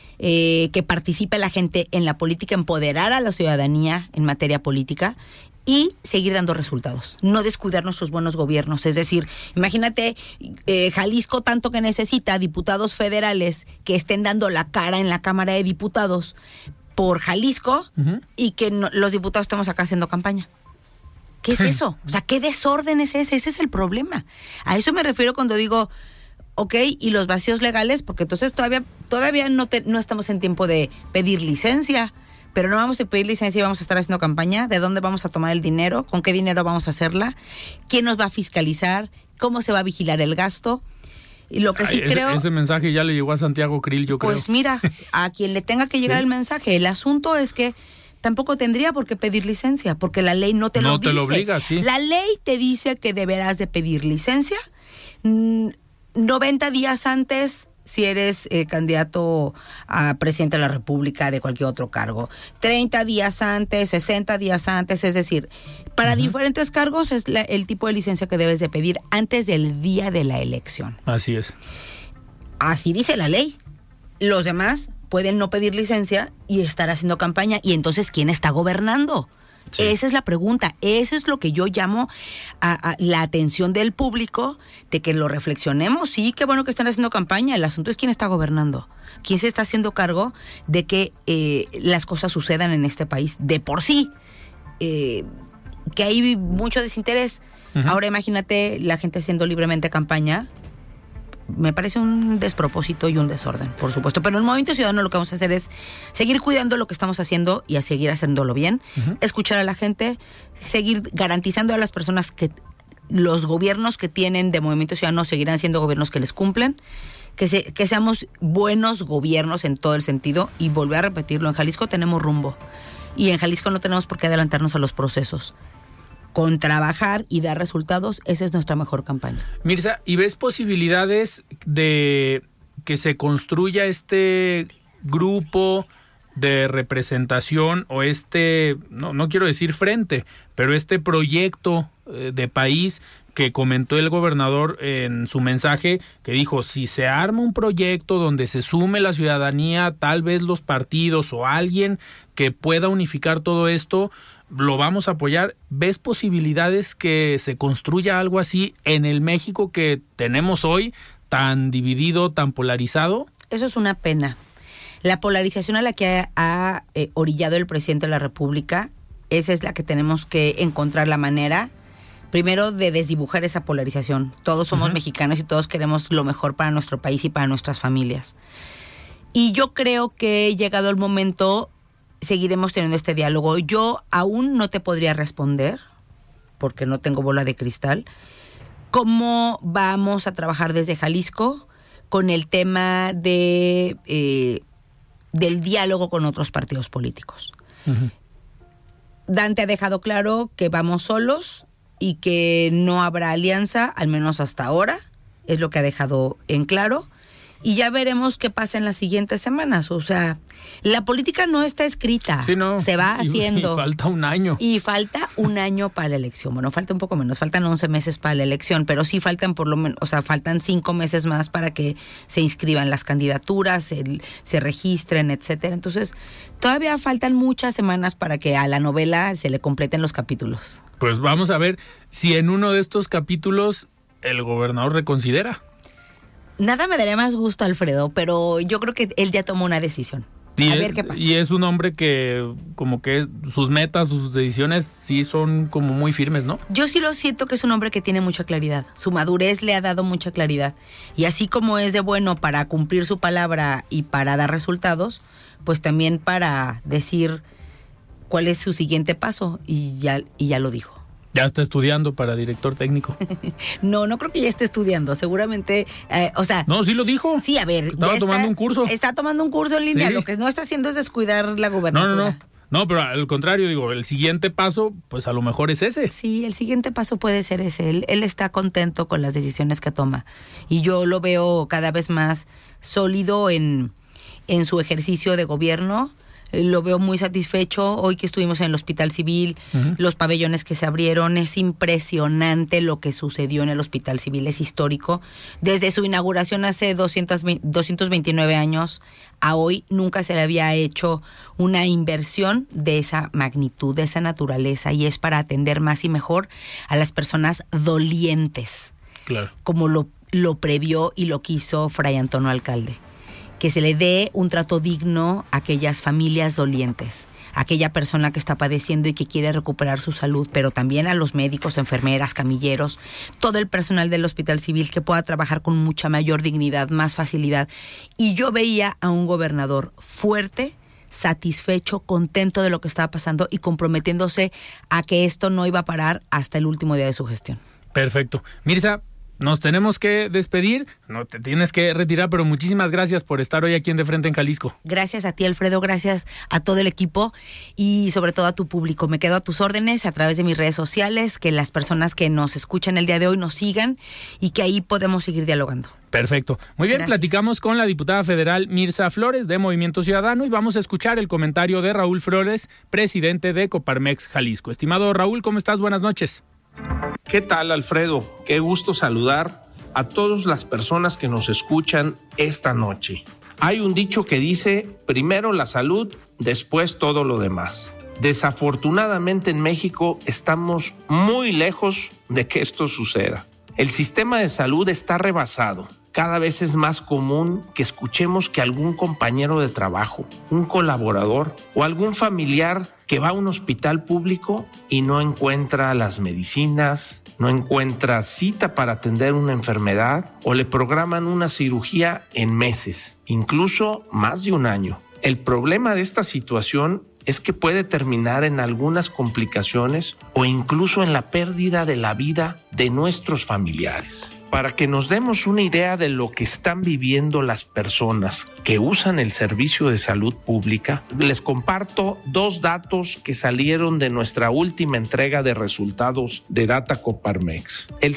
S7: que participe la gente en la política, empoderar a la ciudadanía en materia política y seguir dando resultados. No descuidar nuestros buenos gobiernos. Es decir, imagínate Jalisco tanto que necesita diputados federales que estén dando la cara en la Cámara de Diputados por Jalisco, y que los diputados estamos acá haciendo campaña. ¿Qué es eso? O sea, ¿qué desorden es ese? Ese es el problema. A eso me refiero cuando digo, ok, y los vacíos legales, porque entonces todavía no estamos en tiempo de pedir licencia, pero no vamos a pedir licencia y vamos a estar haciendo campaña. ¿De dónde vamos a tomar el dinero? ¿Con qué dinero vamos a hacerla? ¿Quién nos va a fiscalizar? ¿Cómo se va a vigilar el gasto? Y lo que sí creo...
S4: Ese mensaje ya le llegó a Santiago Krill, yo creo.
S7: Pues mira, a quien le tenga que llegar el mensaje. El asunto es que tampoco tendría por qué pedir licencia, porque la ley no te lo dice.
S4: No te lo obliga, sí.
S7: La ley te dice que deberás de pedir licencia 90 días antes si eres candidato a presidente de la República, de cualquier otro cargo. 30 días antes, 60 días antes, es decir, para diferentes cargos es el tipo de licencia que debes de pedir antes del día de la elección.
S4: Así es.
S7: Así dice la ley. Los demás pueden no pedir licencia y estar haciendo campaña. Y entonces, ¿quién está gobernando? Sí. Esa es la pregunta, eso es lo que yo llamo a la atención del público, de que lo reflexionemos. Sí, qué bueno que están haciendo campaña, el asunto es quién está gobernando, quién se está haciendo cargo de que las cosas sucedan en este país de por sí, que hay mucho desinterés. Uh-huh. Ahora imagínate la gente haciendo libremente campaña. Me parece un despropósito y un desorden, por supuesto. Pero en Movimiento Ciudadano lo que vamos a hacer es seguir cuidando lo que estamos haciendo y a seguir haciéndolo bien, escuchar a la gente, seguir garantizando a las personas que los gobiernos que tienen de Movimiento Ciudadano seguirán siendo gobiernos que les cumplen, que seamos buenos gobiernos en todo el sentido. Y volver a repetirlo, en Jalisco tenemos rumbo y en Jalisco no tenemos por qué adelantarnos a los procesos. Con trabajar y dar resultados, esa es nuestra mejor campaña.
S4: Mirza, ¿y ves posibilidades de que se construya este grupo de representación o no quiero decir frente, pero este proyecto de país que comentó el gobernador en su mensaje, que dijo, si se arma un proyecto donde se sume la ciudadanía, tal vez los partidos o alguien que pueda unificar todo esto, lo vamos a apoyar? ¿Ves posibilidades que se construya algo así en el México que tenemos hoy, tan dividido, tan polarizado?
S7: Eso es una pena. La polarización a la que ha orillado el presidente de la República, esa es la que tenemos que encontrar la manera, primero, de desdibujar esa polarización. Todos somos mexicanos y todos queremos lo mejor para nuestro país y para nuestras familias. Y yo creo que llegado el momento, seguiremos teniendo este diálogo. Yo aún no te podría responder, porque no tengo bola de cristal, cómo vamos a trabajar desde Jalisco con el tema del diálogo con otros partidos políticos. Uh-huh. Dante ha dejado claro que vamos solos y que no habrá alianza, al menos hasta ahora, es lo que ha dejado en claro. Y ya veremos qué pasa en las siguientes semanas. O sea, la política no está escrita,
S4: sí, no.
S7: Se va haciendo.
S4: Y falta un año.
S7: Y falta un año para la elección. Bueno, falta un poco menos, faltan 11 meses para la elección, pero sí faltan por lo menos, o sea, faltan 5 meses más para que se inscriban las candidaturas, se registren, etcétera. Entonces, todavía faltan muchas semanas para que a la novela se le completen los capítulos.
S4: Pues vamos a ver si en uno de estos capítulos el gobernador reconsidera.
S7: Nada me daría más gusto, Alfredo, pero yo creo que él ya tomó una decisión. A ver qué pasa.
S4: Y es un hombre que como que sus metas, sus decisiones sí son como muy firmes, ¿no?
S7: Yo sí lo siento que es un hombre que tiene mucha claridad. Su madurez le ha dado mucha claridad. Y así como es de bueno para cumplir su palabra y para dar resultados, pues también para decir cuál es su siguiente paso. Y ya lo dijo.
S4: Ya está estudiando para director técnico.
S7: No creo que ya esté estudiando. Seguramente,
S4: No, sí lo dijo.
S7: Sí, a ver.
S4: Estaba tomando un curso.
S7: Está tomando un curso en línea. Sí. Lo que no está haciendo es descuidar la gubernatura.
S4: No, pero al contrario, digo, el siguiente paso, pues a lo mejor es ese.
S7: Sí, el siguiente paso puede ser ese. Él está contento con las decisiones que toma. Y yo lo veo cada vez más sólido en su ejercicio de gobierno. Lo veo muy satisfecho. Hoy que estuvimos en el Hospital Civil, los pabellones que se abrieron, es impresionante lo que sucedió en el Hospital Civil, es histórico. Desde su inauguración hace 229 años a hoy nunca se le había hecho una inversión de esa magnitud, de esa naturaleza, y es para atender más y mejor a las personas dolientes.
S4: Claro.
S7: Como lo previó y lo quiso Fray Antonio Alcalde. Que se le dé un trato digno a aquellas familias dolientes, a aquella persona que está padeciendo y que quiere recuperar su salud, pero también a los médicos, enfermeras, camilleros, todo el personal del Hospital Civil que pueda trabajar con mucha mayor dignidad, más facilidad. Y yo veía a un gobernador fuerte, satisfecho, contento de lo que estaba pasando y comprometiéndose a que esto no iba a parar hasta el último día de su gestión.
S4: Perfecto. Mirza, nos tenemos que despedir, no te tienes que retirar, pero muchísimas gracias por estar hoy aquí en De Frente en Jalisco.
S7: Gracias a ti, Alfredo, gracias a todo el equipo y sobre todo a tu público. Me quedo a tus órdenes a través de mis redes sociales, que las personas que nos escuchan el día de hoy nos sigan y que ahí podemos seguir dialogando.
S4: Perfecto. Muy bien, gracias. Platicamos con la diputada federal Mirza Flores de Movimiento Ciudadano y vamos a escuchar el comentario de Raúl Flores, presidente de Coparmex Jalisco. Estimado Raúl, ¿cómo estás? Buenas noches.
S10: ¿Qué tal, Alfredo? Qué gusto saludar a todas las personas que nos escuchan esta noche. Hay un dicho que dice, primero la salud, después todo lo demás. Desafortunadamente en México estamos muy lejos de que esto suceda. El sistema de salud está rebasado. Cada vez es más común que escuchemos que algún compañero de trabajo, un colaborador o algún familiar que va a un hospital público y no encuentra las medicinas, no encuentra cita para atender una enfermedad o le programan una cirugía en meses, incluso más de un año. El problema de esta situación es que puede terminar en algunas complicaciones o incluso en la pérdida de la vida de nuestros familiares. Para que nos demos una idea de lo que están viviendo las personas que usan el servicio de salud pública, les comparto 2 datos que salieron de nuestra última entrega de resultados de Data Coparmex. El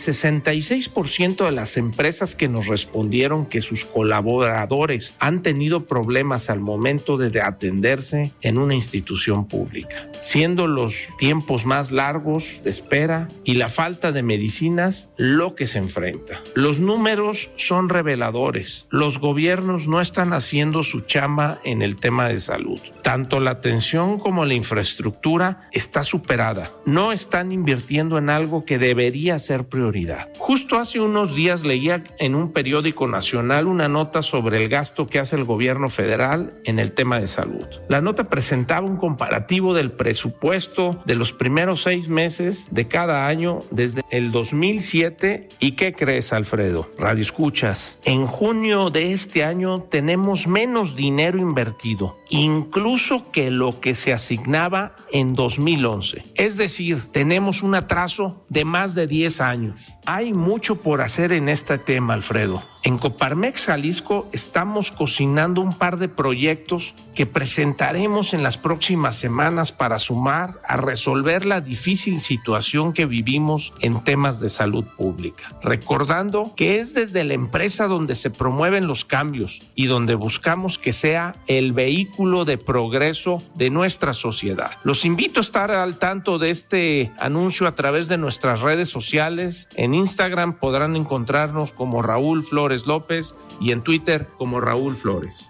S10: 66% de las empresas que nos respondieron que sus colaboradores han tenido problemas al momento de atenderse en una institución pública, siendo los tiempos más largos de espera y la falta de medicinas lo que se enfrenta. Los números son reveladores. Los gobiernos no están haciendo su chamba en el tema de salud. Tanto la atención como la infraestructura está superada. No están invirtiendo en algo que debería ser prioridad. Justo hace unos días leía en un periódico nacional una nota sobre el gasto que hace el gobierno federal en el tema de salud. La nota presentaba un comparativo del presupuesto de los primeros 6 meses de cada año desde el 2007. ¿Y qué crees, Alfredo? Radio escuchas. En junio de este año tenemos menos dinero invertido, incluso que lo que se asignaba en 2011. Es decir, tenemos un atraso de más de 10 años. Hay mucho por hacer en este tema, Alfredo. En Coparmex Jalisco estamos cocinando un par de proyectos que presentaremos en las próximas semanas para sumar a resolver la difícil situación que vivimos en temas de salud pública. Recordando que es desde la empresa donde se promueven los cambios y donde buscamos que sea el vehículo de progreso de nuestra sociedad. Los invito a estar al tanto de este anuncio a través de nuestras redes sociales. En Instagram podrán encontrarnos como Raúl Flores López y en Twitter como Raúl Flores.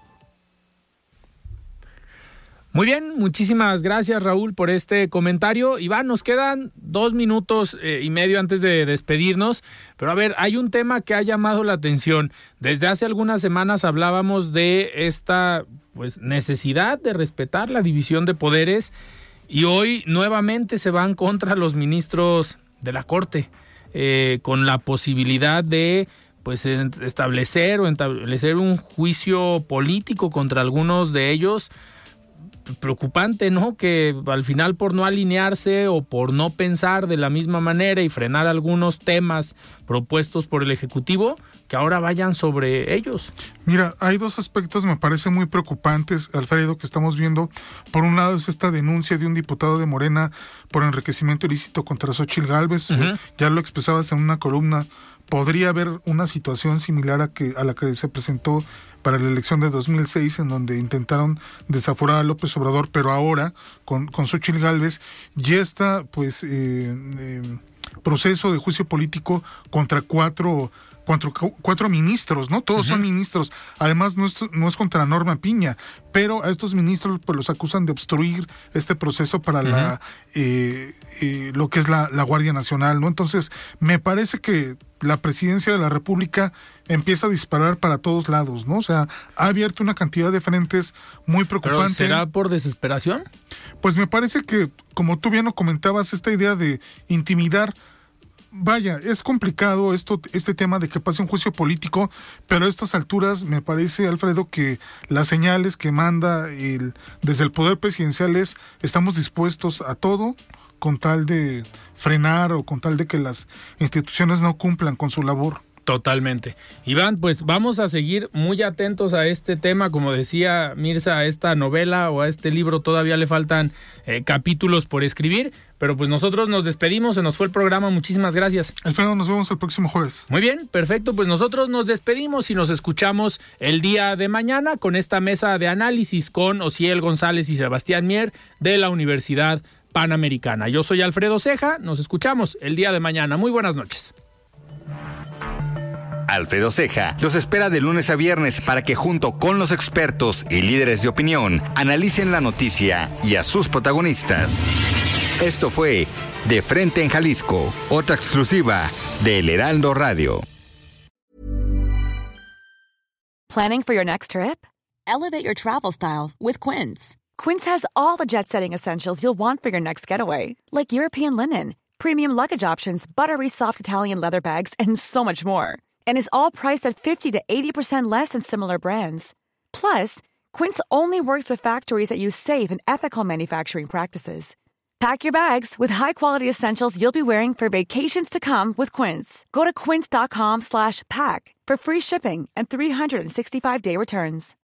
S4: Muy bien, muchísimas gracias, Raúl, por este comentario. Iván, nos quedan 2 minutos y medio antes de despedirnos, pero a ver, hay un tema que ha llamado la atención. Desde hace algunas semanas hablábamos de esta necesidad de respetar la división de poderes y hoy nuevamente se van contra los ministros de la Corte con la posibilidad de establecer un juicio político contra algunos de ellos. Preocupante, ¿no? Que al final, por no alinearse o por no pensar de la misma manera y frenar algunos temas propuestos por el Ejecutivo, que ahora vayan sobre ellos.
S6: Mira, hay 2 aspectos me parecen muy preocupantes, Alfredo, que estamos viendo. Por un lado es esta denuncia de un diputado de Morena por enriquecimiento ilícito contra Xóchitl Gálvez. Ya lo expresabas en una columna. Podría haber una situación similar a la que se presentó para la elección de 2006, en donde intentaron desaforar a López Obrador, pero ahora con Xóchitl Gálvez ya está proceso de juicio político contra cuatro ministros, ¿no? Todos son ministros. Además, no es contra Norma Piña, pero a estos ministros pues los acusan de obstruir este proceso para lo que es la Guardia Nacional, ¿no? Entonces, me parece que la presidencia de la República empieza a disparar para todos lados, ¿no? O sea, ha abierto una cantidad de frentes muy preocupantes.
S4: ¿Pero será por desesperación?
S6: Pues me parece que, como tú bien lo comentabas, esta idea de intimidar. Vaya, es complicado este tema de que pase un juicio político, pero a estas alturas me parece, Alfredo, que las señales que manda desde el poder presidencial es: estamos dispuestos a todo con tal de frenar o con tal de que las instituciones no cumplan con su labor.
S4: Totalmente. Iván, pues vamos a seguir muy atentos a este tema. Como decía Mirza, a esta novela o a este libro todavía le faltan capítulos por escribir, pero pues nosotros nos despedimos, se nos fue el programa, muchísimas gracias.
S6: Alfredo, nos vemos el próximo jueves.
S4: Muy bien, perfecto, pues nosotros nos despedimos y nos escuchamos el día de mañana con esta mesa de análisis con Osiel González y Sebastián Mier de la Universidad Panamericana. Yo soy Alfredo Ceja, nos escuchamos el día de mañana. Muy buenas noches.
S3: Alfredo Ceja, los espera de lunes a viernes para que junto con los expertos y líderes de opinión analicen la noticia y a sus protagonistas. Esto fue De Frente en Jalisco, otra exclusiva de El Heraldo Radio.
S8: Planning for your next trip?
S11: Elevate your travel style with Quince.
S8: Quince has all the jet-setting essentials you'll want for your next getaway, like European linen, premium luggage options, buttery soft Italian leather bags, and so much more. And is all priced at 50 to 80% less than similar brands. Plus, Quince only works with factories that use safe and ethical manufacturing practices. Pack your bags with high-quality essentials you'll be wearing for vacations to come with Quince. Go to quince.com/pack for free shipping and 365-day returns.